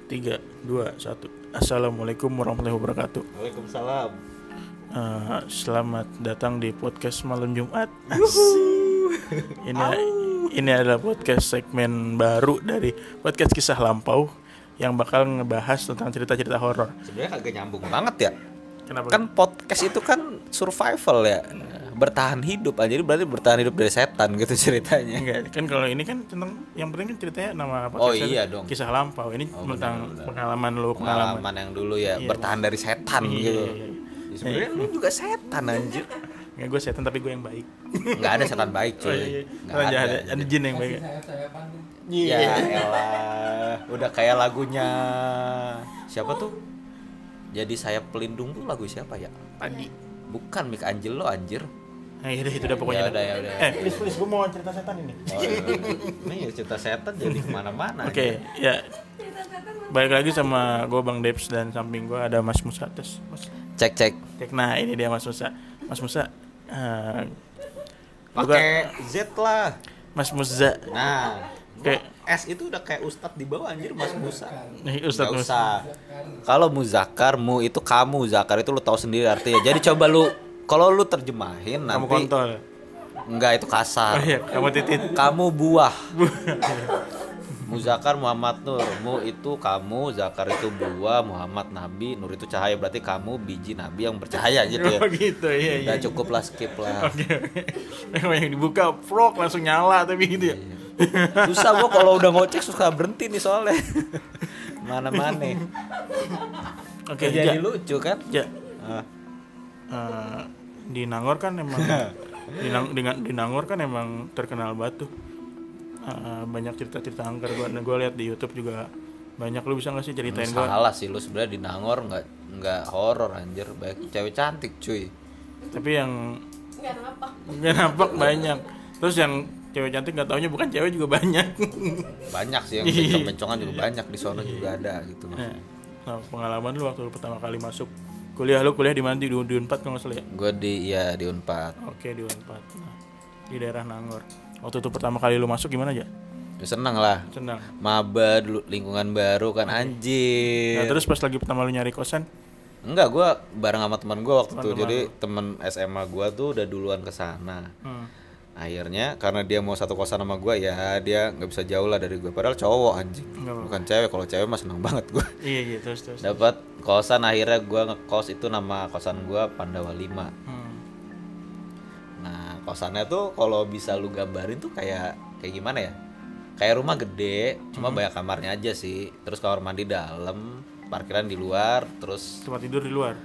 3, 2, 1. Assalamualaikum warahmatullahi wabarakatuh. Waalaikumsalam. Selamat datang di podcast malam Jumat. Ini adalah podcast segmen baru dari podcast kisah lampau yang bakal ngebahas tentang cerita-cerita horor. Sebenarnya kagak nyambung banget ya. Kenapa? Kan podcast itu kan survival ya, bertahan hidup aja. Jadi berarti bertahan hidup dari setan gitu ceritanya. Enggak, kan kalau ini kan tentang yang penting kan ceritanya nama Oh podcast iya dong. kisah lampau. Ini tentang benar. pengalaman lu, Pengalaman yang dulu ya, Iya, bertahan dari setan gitu. Iya. Ya, sebenarnya lu juga setan anjir. Enggak, gue setan tapi gue yang baik. Enggak ada setan baik Oh, cuy. iya. Nggak Ada jin yang baik. Ya elah, udah kayak lagunya siapa tuh? Jadi Sayap Pelindung tuh lagu siapa ya? Padi. Bukan Michelangelo anjir. Nah, itu udah pokoknya. Ya udah. Please, gue mau cerita setan ini. Oh, iya. Ini cerita setan jadi kemana-mana. Oke, ya. Balik lagi sama gue Bang Debs dan samping gue ada Mas Musa. Cek. Nah, ini dia Mas Musa. Mas Musa, Pakai Z lah. Mas Musa. Nah, Oke. S itu udah kayak Ustadz di bawah anjir, Mas Musa. Nih Ustadz Nggak Musa. usah. Kalau Muzakkar, mu itu kamu, Zakar itu lu tahu sendiri artinya. Jadi coba lu kalau lu terjemahin Kamu nanti kontol. enggak itu Oh kasar. iya, kamu titit. Kamu buah. Muzakkar Muhammad Nur, mu itu kamu, Zakar itu buah, Muhammad Nabi, Nur itu cahaya, berarti kamu biji Nabi yang bercahaya gitu ya. Oh gitu, iya. Udah cukup lah, skip lah. Oke. Yang dibuka frog langsung nyala tapi gitu ya. Susah gua kalau udah ngocek suka berhenti nih soalnya. Mana-mana. Oke, Jadi Ja. lucu kan? Ja. Ah. Di Nangor kan emang di Nangor kan emang terkenal batu. Banyak cerita-cerita angker gue lihat di YouTube juga banyak. Lu bisa nggak sih ceritain gue? Salah sih lu sebenarnya di Nangor nggak horor anjir, banyak cewek cantik cuy. Tapi yang nggak nampak banyak. Terus yang cewek cantik nggak taunya bukan cewek juga banyak. Banyak sih yang bencong-bencongan juga banyak di sono juga ada gitu. Nah, pengalaman lu waktu lu pertama kali masuk kuliah, lu kuliah di mana? Di Unpad kalau nggak salah ya? Gue di Unpad. Oke, di Unpad. Nah, di daerah Nangor. Waktu itu pertama kali lu masuk gimana aja? Ya, seneng lah. Senang. Maba dulu, lingkungan baru kan anjir. Nah, terus pas lagi pertama lu nyari kosan? Enggak, gue bareng sama teman gue waktu itu. Teman-teman Jadi temen SMA gue tuh udah duluan ke sana. Akhirnya karena dia mau satu kosan sama gue, ya dia nggak bisa jauh lah dari gue. Padahal cowok anjing, bukan cewek. Kalau cewek mah seneng banget gue. Iya, terus. Dapat kosan, akhirnya gue ngekos itu, nama kosan gue Pandawa 5. Nah kosannya tuh kalau bisa lu gambarin tuh kayak gimana ya? Kayak rumah gede, cuma banyak kamarnya aja sih. Terus kamar mandi dalam, parkiran di luar, terus Tempat tidur di luar.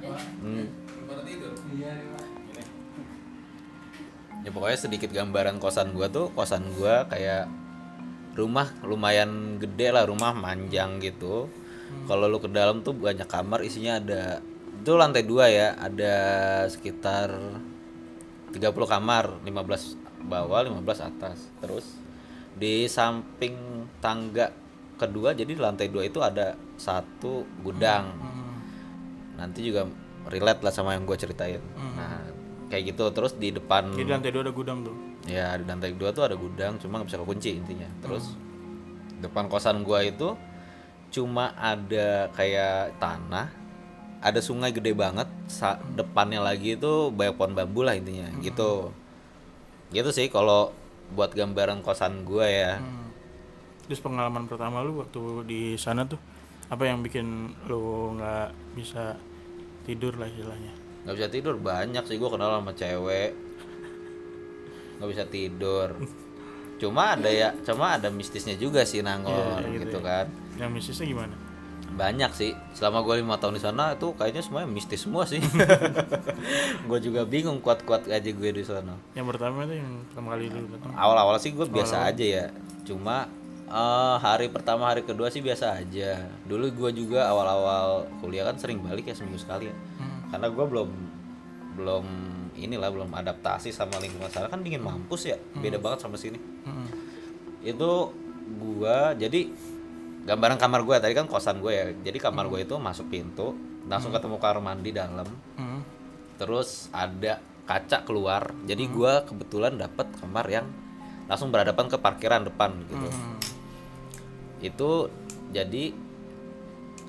Ya pokoknya sedikit gambaran kosan gua tuh, kosan gua kayak rumah lumayan gede lah, rumah manjang gitu. Kalau lu ke dalam tuh banyak kamar, isinya ada, itu lantai 2 ya, ada sekitar 30 kamar, 15 bawah, 15 atas. Terus di samping tangga kedua, jadi di lantai 2 itu ada satu gudang. Nanti juga relate lah sama yang gua ceritain. Nah kayak gitu. Terus di depan, Jadi lantai 2 ada gudang tuh. ya di lantai 2 tuh ada gudang, cuma nggak bisa kekunci intinya. Terus depan kosan gua itu cuma ada kayak tanah, ada sungai gede banget, depannya lagi itu banyak pohon bambu lah intinya. Gitu sih kalau buat gambaran kosan gua ya. Terus pengalaman pertama lu waktu di sana tuh apa yang bikin lu nggak bisa tidur lah istilahnya? Nggak bisa tidur banyak sih, gua kenal sama cewek nggak bisa tidur. Cuma ada mistisnya juga sih Nangor, gitu kan. Yang mistisnya gimana? Banyak sih, selama gue 5 tahun di sana itu kayaknya semuanya mistis semua sih. Gue juga bingung kuat-kuat aja gue di sana. Yang pertama itu yang pertama kali lu datang. Awal-awal sih gue biasa aja ya, cuma hari pertama hari kedua sih biasa aja. Dulu gue juga awal-awal kuliah kan sering balik ya, seminggu sekali ya. Karena gue belum adaptasi sama lingkungan sana, kan dingin mampus ya, beda banget sama sini. Itu gue, jadi gambaran kamar gue tadi kan kosan gue ya, jadi kamar gue itu masuk pintu langsung ketemu kamar mandi dalam, terus ada kaca keluar, jadi gue kebetulan dapet kamar yang langsung berhadapan ke parkiran depan gitu. Itu jadi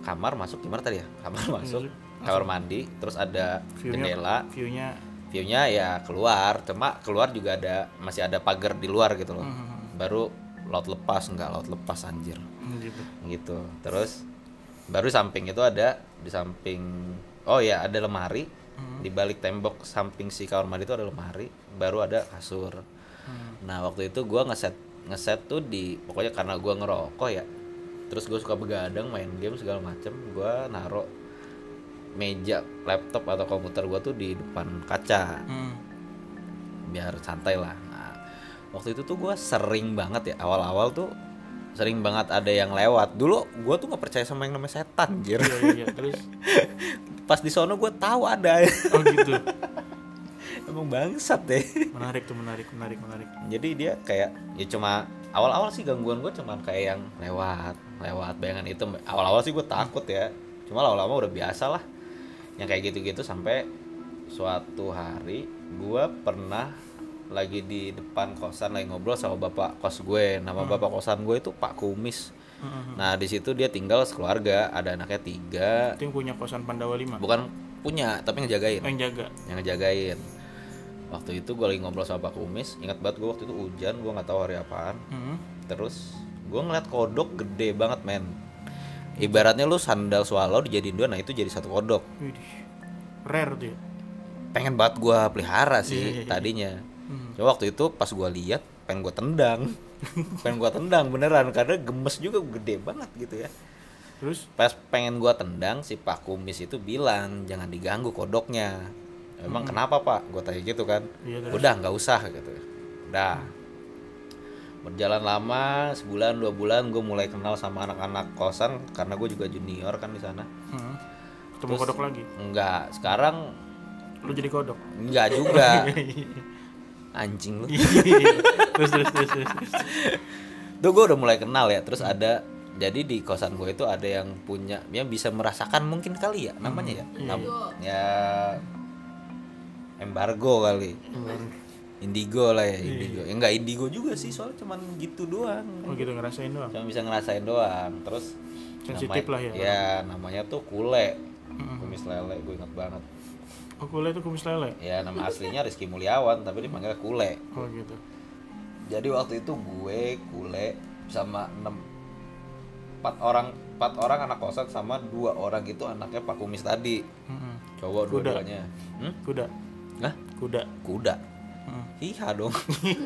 kamar masuk, gimana tadi ya, kamar masuk, kamar mandi, terus ada jendela, viewnya ya keluar, cuma keluar juga masih ada pagar di luar gitu loh. Baru laut lepas anjir gitu. Terus baru samping itu ada, di samping ada lemari, di balik tembok samping si kamar mandi itu ada lemari, baru ada kasur. Nah waktu itu gue ngeset tuh pokoknya karena gue ngerokok ya, terus gue suka begadang main game segala macem, gue naruh meja laptop atau komputer gue tuh di depan kaca, biar santai lah. Nah waktu itu tuh gue sering banget ya, awal-awal tuh sering banget ada yang lewat. Dulu gue tuh nggak percaya sama yang namanya setan, anjir. Iya, terus pas di sono gue tahu ada. Oh gitu. Emang bangsat deh. Menarik. Jadi dia kayak ya cuma awal-awal sih gangguan gue cuman kayak yang lewat bayangan itu. Awal-awal sih gue takut ya. Cuma lama-lama udah biasa lah. Yang kayak gitu-gitu sampai suatu hari gue pernah lagi di depan kosan lagi ngobrol sama bapak kos gue. Nama bapak kosan gue itu Pak Kumis. Nah di situ dia tinggal sekeluarga, ada anaknya 3. Itu yang punya kosan Pandawa 5? Bukan punya, tapi ngejagain. Yang ngejagain. Waktu itu gue lagi ngobrol sama Pak Kumis, ingat banget gue waktu itu hujan, gue nggak tahu hari apaan. Terus gue ngeliat kodok gede banget men. Ibaratnya lu sandal swallow dijadiin 2, nah itu jadi 1 kodok. Widih. Rare tuh ya? Pengen banget gue pelihara sih tadinya. Cuma waktu itu pas gue lihat pengen gue tendang beneran, karena gemes juga, gede banget gitu ya. Terus pas pengen gue tendang, si Pak Kumis itu bilang jangan diganggu kodoknya. Emang kenapa Pak? Gue tanya gitu kan. Udah nggak usah gitu. Udah. Berjalan lama, sebulan 2 bulan gue mulai kenal sama anak-anak kosan karena gue juga junior kan di sana. Ketemu kodok lagi? Enggak, sekarang lu jadi kodok? Enggak juga. Anjing lu. terus. Tuh gue udah mulai kenal ya. Terus ada, jadi di kosan gue itu ada yang punya, yang bisa merasakan mungkin kali ya namanya ya. Ya embargo kali. Indigo lah ya, indigo. Ya enggak indigo juga sih, soalnya cuman gitu doang. Oh gitu, ngerasain doang. Cuma bisa ngerasain doang. Terus sensitif lah ya. Ya namanya tuh kule. Kumis lele, gue ingat banget. Oh kule itu kumis lele? Ya nama aslinya Rizky Mulyawan, tapi dipanggilnya kule. Oh gitu. Jadi waktu itu gue, kule sama 4 orang anak kosan sama 2 orang itu anaknya Pak Kumis tadi. Cowok dua-duanya. Kuda. Hah? Kuda. Hiha dong.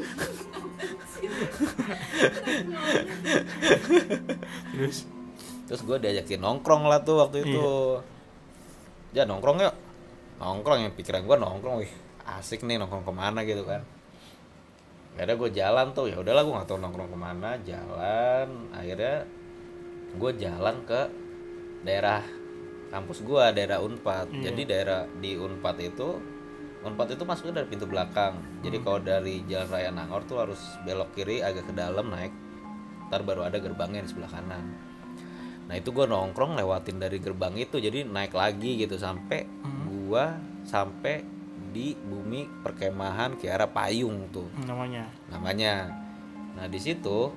Terus gue diajakin nongkrong lah tuh waktu itu. Ya nongkrong yuk. Nongkrong, yang pikiran gue nongkrong, wih asik nih, nongkrong kemana gitu kan. Akhirnya gue jalan tuh, ya udahlah gue nggak tahu nongkrong kemana, jalan. Akhirnya gue jalan ke daerah kampus gue, daerah Unpad. Jadi daerah di Unpad itu masuknya dari pintu belakang. Jadi kalau dari Jalan Raya Nangor tuh harus belok kiri agak ke dalam naik, ntar baru ada gerbangnya di sebelah kanan. Nah itu gue nongkrong lewatin dari gerbang itu, jadi naik lagi gitu sampai gue sampai di Bumi Perkemahan Kiara Payung tuh namanya. Nah di situ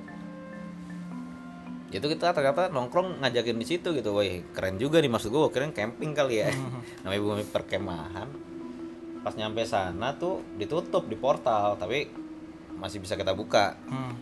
itu kita ternyata nongkrong ngajakin di situ gitu, woi keren juga nih, maksud gue keren camping kali ya. Namanya Bumi Perkemahan. Pas nyampe sana tuh ditutup di portal, tapi masih bisa kita buka.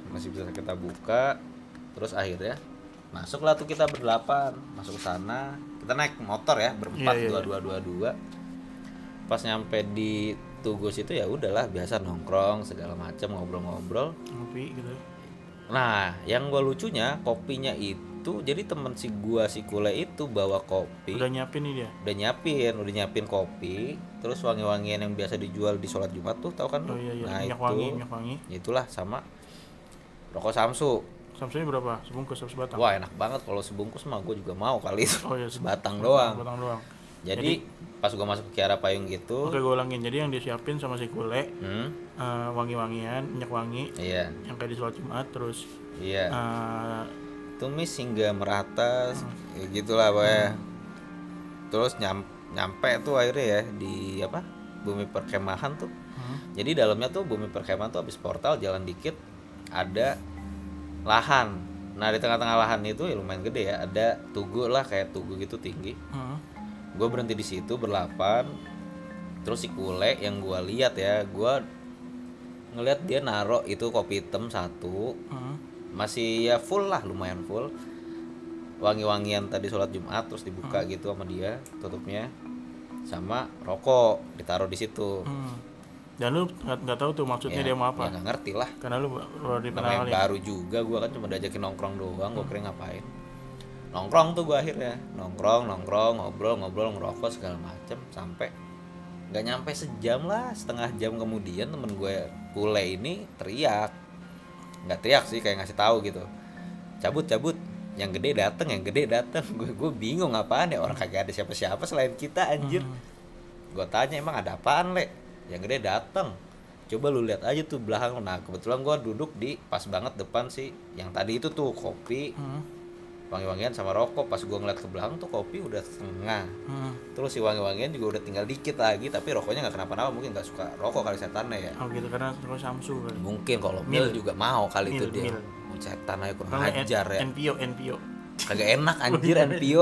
Terus akhirnya masuklah tuh kita berdelapan, masuk ke sana. Kita naik motor ya, berempat, dua. Pas nyampe di Tugu situ ya udahlah biasa nongkrong segala macam, ngobrol-ngobrol. Ngopi gitu. Nah, yang gue lucunya kopinya itu, jadi temen si Kule itu bawa kopi. Udah nyiapin nih dia. Udah nyiapin kopi, terus wangi-wangian yang biasa dijual di sholat Jumat tuh, tahu kan? Oh iya. Nah, minyak wangi. Itulah sama rokok Samsu. Samsunya berapa? Sebungkus atau sebatang? Wah, enak banget kalau sebungkus mah gue juga mau kali itu. Oh iya, sebatang doang. Jadi pas gue masuk ke Kiara Payung gitu. Oke, gue ulangin. Jadi yang disiapin sama si Kule, wangi-wangian, minyak wangi. Iya. Yang kayak di sholat Jumat, terus. Iya. Tumis hingga merata, ya gitulah pokoknya. Terus nyampe tuh akhirnya ya di Bumi Perkemahan tuh. Jadi dalamnya tuh Bumi Perkemahan tuh habis portal jalan dikit ada lahan. Nah di tengah-tengah lahan itu ya lumayan gede ya, ada tugu lah kayak tugu gitu tinggi. Gue berhenti di situ berlapan. Terus si Kule yang gue lihat ya, gue ngelihat dia naro itu kopi hitam satu, masih ya full lah, lumayan full. Wangi-wangian tadi sholat Jumat terus dibuka gitu sama dia tutupnya, sama rokok ditaruh di situ. Dan lu nggak tahu tuh maksudnya dia mau apa? Ya nggak ngerti lah. Karena lu baru Namanya dikenalin. baru juga, gue kan cuma diajakin nongkrong doang, gue kira ngapain. Nongkrong tuh gue akhirnya nongkrong ngobrol ngerokok segala macem sampai nggak nyampe sejam lah, setengah jam kemudian temen gue Kule ini teriak, nggak teriak sih kayak ngasih tahu gitu, cabut yang gede dateng gue bingung apaan ya, orang kagak ada siapa-siapa selain kita anjir. Gue tanya emang ada apaan Le, yang gede dateng, coba lu lihat aja tuh belakang. Nah kebetulan gue duduk di pas banget depan sih yang tadi itu tuh kopi wangi-wangian sama rokok. Pas gue ngeliat ke belakang tuh kopi udah setengah, terus si wangi-wangian juga udah tinggal dikit lagi, tapi rokoknya nggak kenapa-napa, mungkin nggak suka rokok kali setannya ya. Oh gitu, karena terus Samsu kali. Mungkin kalau Mil juga mau kali itu dia Mil. setan aja kurang Kalau ajar ya, NPO. kagak enak anjir NPO.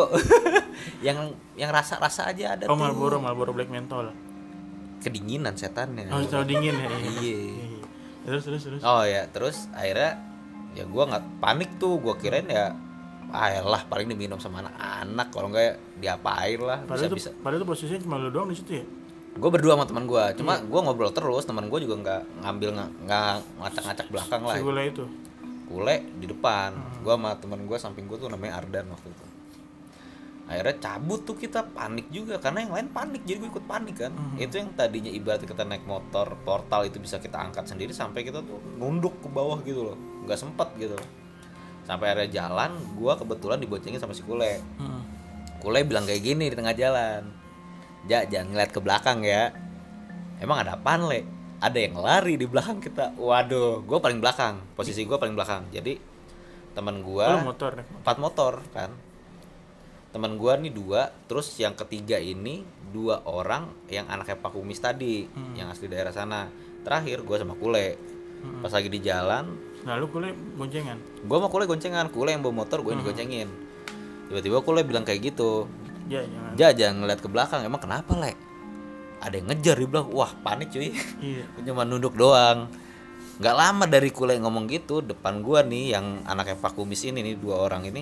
yang rasa aja ada Oh tuh Marlboro Black Menthol. kedinginan setannya. Oh terlalu dingin ya. Iya. Terus. Oh ya, terus akhirnya ya gue nggak panik tuh, gue kirain ya ayolah paling diminum sama anak-anak, kalau enggak ya diapain lah. Bisa. Padahal itu posisinya cuma lu doang di situ ya. Gue berdua sama teman gue, cuma gue ngobrol terus, teman gue juga nggak ngacak-ngacak belakang lah. Si Gula itu. Kule di depan, gue sama teman gue samping gue tuh namanya Ardan waktu itu. Akhirnya cabut tuh, kita panik juga karena yang lain panik, jadi gue ikut panik kan. Itu yang tadinya ibarat kita naik motor portal itu bisa kita angkat sendiri, sampai kita tuh nunduk ke bawah gitu loh, nggak sempet gitu. Sampai akhirnya jalan, gue kebetulan diboncengin sama si Kule. Kule bilang kayak gini di tengah jalan, jangan ngeliat ke belakang ya. Emang ada apaan Le? Ada yang lari di belakang kita. Waduh, gue paling belakang, posisi gue paling belakang. Jadi teman gue motor 4 motor kan, teman gue nih 2, terus yang ketiga ini 2 orang yang anaknya Pak Kumis tadi, yang asli daerah sana. Terakhir gue sama Kule. Pas lagi di jalan, nah lu Kule goncengan. gue sama Kule goncengan, Kule yang bawa motor, gue yang digoncengin. Tiba-tiba Kule bilang kayak gitu, Ya jangan. jangan ngeliat ke belakang. Emang kenapa Le? Ada yang ngejar di belakang. Wah panik cuy. Iya. Cuma nunduk doang. Nggak lama dari Kule ngomong gitu, depan gua nih yang anaknya Pak Kumis ini nih, 2 orang ini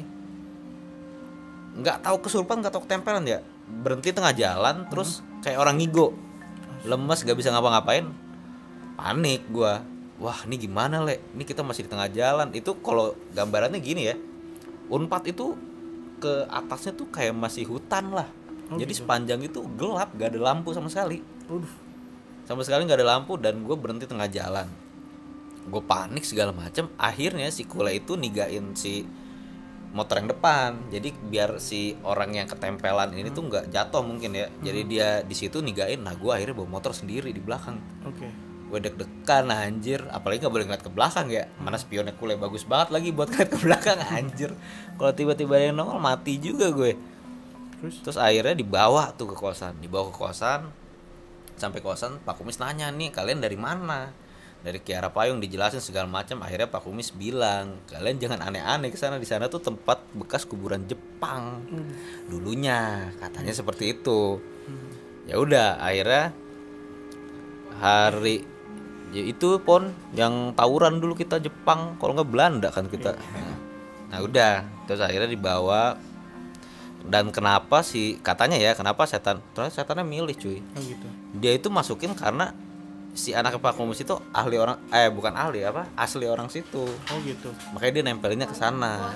nggak tahu kesurupan, nggak tahu ketempelan ya, berhenti tengah jalan terus kayak orang ngigo, lemes nggak bisa ngapa-ngapain. Panik gua, wah ini gimana Le, ini kita masih di tengah jalan. Itu kalau gambarannya gini ya, Unpad itu ke atasnya tuh kayak masih hutan lah. Jadi gitu. sepanjang itu gelap, gak ada lampu sama sekali. Sama sekali gak ada lampu, dan gue berhenti tengah jalan. Gue panik segala macam. Akhirnya si Kule itu nigain si motor yang depan. Jadi biar si orang yang ketempelan ini tuh nggak jatuh mungkin ya. Jadi dia di situ nigain. Nah gue akhirnya bawa motor sendiri di belakang. Oke. Gue deg-degan anjir, apalagi nggak boleh ngeliat ke belakang ya. Mana spionnya Kule bagus banget lagi buat ngeliat ke belakang anjir. Kalau tiba-tiba yang nongol mati juga gue. Terus akhirnya dibawa tuh ke kosan, sampai kosan. Pak Kumis nanya, nih kalian dari mana? Dari Kiara Payung, dijelasin segala macam. Akhirnya Pak Kumis bilang, kalian jangan aneh-aneh ke sana, di sana tuh tempat bekas kuburan Jepang dulunya, katanya seperti itu. Ya udah, akhirnya hari ya itu pon yang tawuran dulu kita Jepang, kalau nggak Belanda kan kita. Nah udah, terus akhirnya dibawa. Dan kenapa sih katanya ya, kenapa ternyata setannya milih cuy. Oh gitu. Dia itu masukin karena si anak Pak Kumis itu ahli orang, bukan ahli apa, asli orang situ. Oh gitu. Makanya dia nempelinnya ke sana.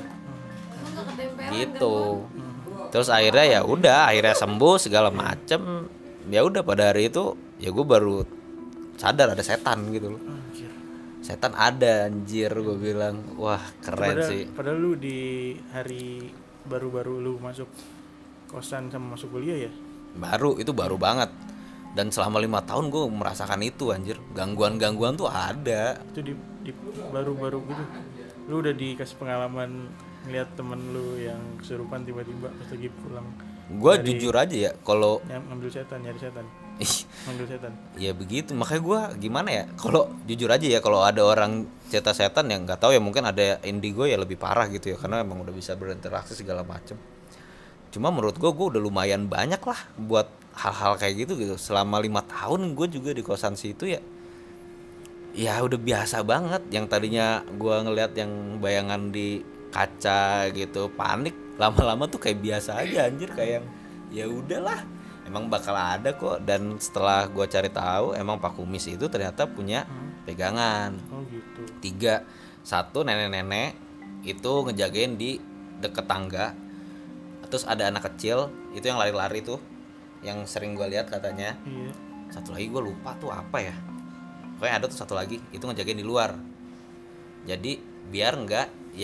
Gitu. Terus akhirnya ya udah, akhirnya sembuh segala macem. Ya udah pada hari itu ya gue baru sadar ada setan gitu loh. Anjir. Setan ada anjir, gue bilang. Wah, keren sih. Padahal lu di hari baru-baru lu masuk kosan sama masuk kuliah ya? Itu baru banget. Dan selama 5 tahun gue merasakan itu anjir. Gangguan-gangguan tuh ada. Itu di baru-baru gitu. Lu udah dikasih pengalaman ngeliat temen lu yang kesurupan tiba-tiba pas lagi pulang Gue jujur aja ya, kalau ngambil setan, nyari setan, ngambil setan. ya begitu, makanya gue gimana ya, kalau jujur aja ya, kalau ada orang cerita setan yang nggak tahu ya, mungkin ada indigo ya lebih parah gitu ya, karena emang udah bisa berinteraksi segala macem. Cuma menurut gue udah lumayan banyak lah buat hal-hal kayak gitu gitu. Selama 5 tahun gue juga di kosan situ ya, ya udah biasa banget. Yang tadinya gue ngeliat yang bayangan di kaca gitu panik, lama-lama tuh kayak biasa aja anjir, kayak yang ya udahlah, emang bakal ada kok. Dan setelah gue cari tahu, emang Pak Kumis itu ternyata punya pegangan. Oh gitu. 3, 1 nenek-nenek itu ngejagain di deket tangga. Terus ada anak kecil itu yang lari-lari tuh, yang sering gue lihat katanya. Iya. Satu lagi gue lupa tuh apa ya, pokoknya ada tuh satu lagi itu ngejagain di luar. Jadi biar nggak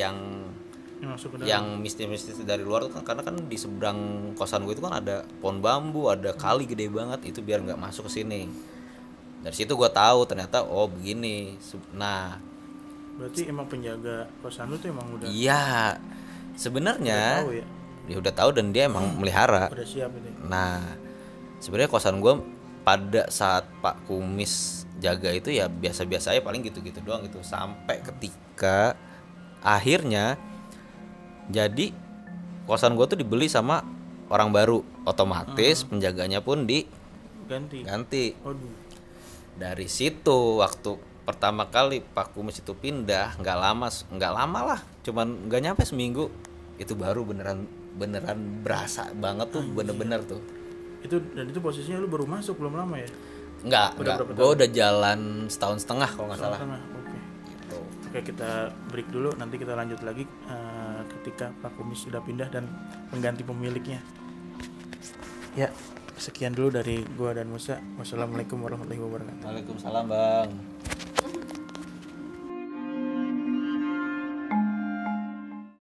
yang mistis-mistis dari luar tuh kan, karena kan di seberang kosan gue itu kan ada pohon bambu, ada kali gede banget, itu biar nggak masuk ke sini. Dari situ gue tahu ternyata oh begini. Nah, berarti emang penjaga kosan lu tuh emang udah iya sebenarnya tahu ya, dia udah tahu dan dia emang melihara. udah siap itu. Nah, sebenarnya kosan gue pada saat Pak Kumis jaga itu ya biasa-biasa aja, paling gitu-gitu doang gitu, sampai ketika akhirnya jadi kosan gue tuh dibeli sama orang baru, otomatis penjaganya pun diganti. Aduh. Dari situ waktu pertama kali Pak Kumis itu pindah, nggak lama lah, cuman nggak nyampe seminggu itu baru beneran berasa banget tuh, bener-bener tuh. Itu posisinya lu baru masuk, belum lama ya? Enggak, gue udah jalan setahun setengah kalau nggak salah. Oke. Gitu. Oke, kita break dulu, nanti kita lanjut lagi ketika Pak Kumis sudah pindah dan mengganti pemiliknya. Ya, sekian dulu dari gua dan Musa. Wassalamualaikum warahmatullahi wabarakatuh. Waalaikumsalam bang.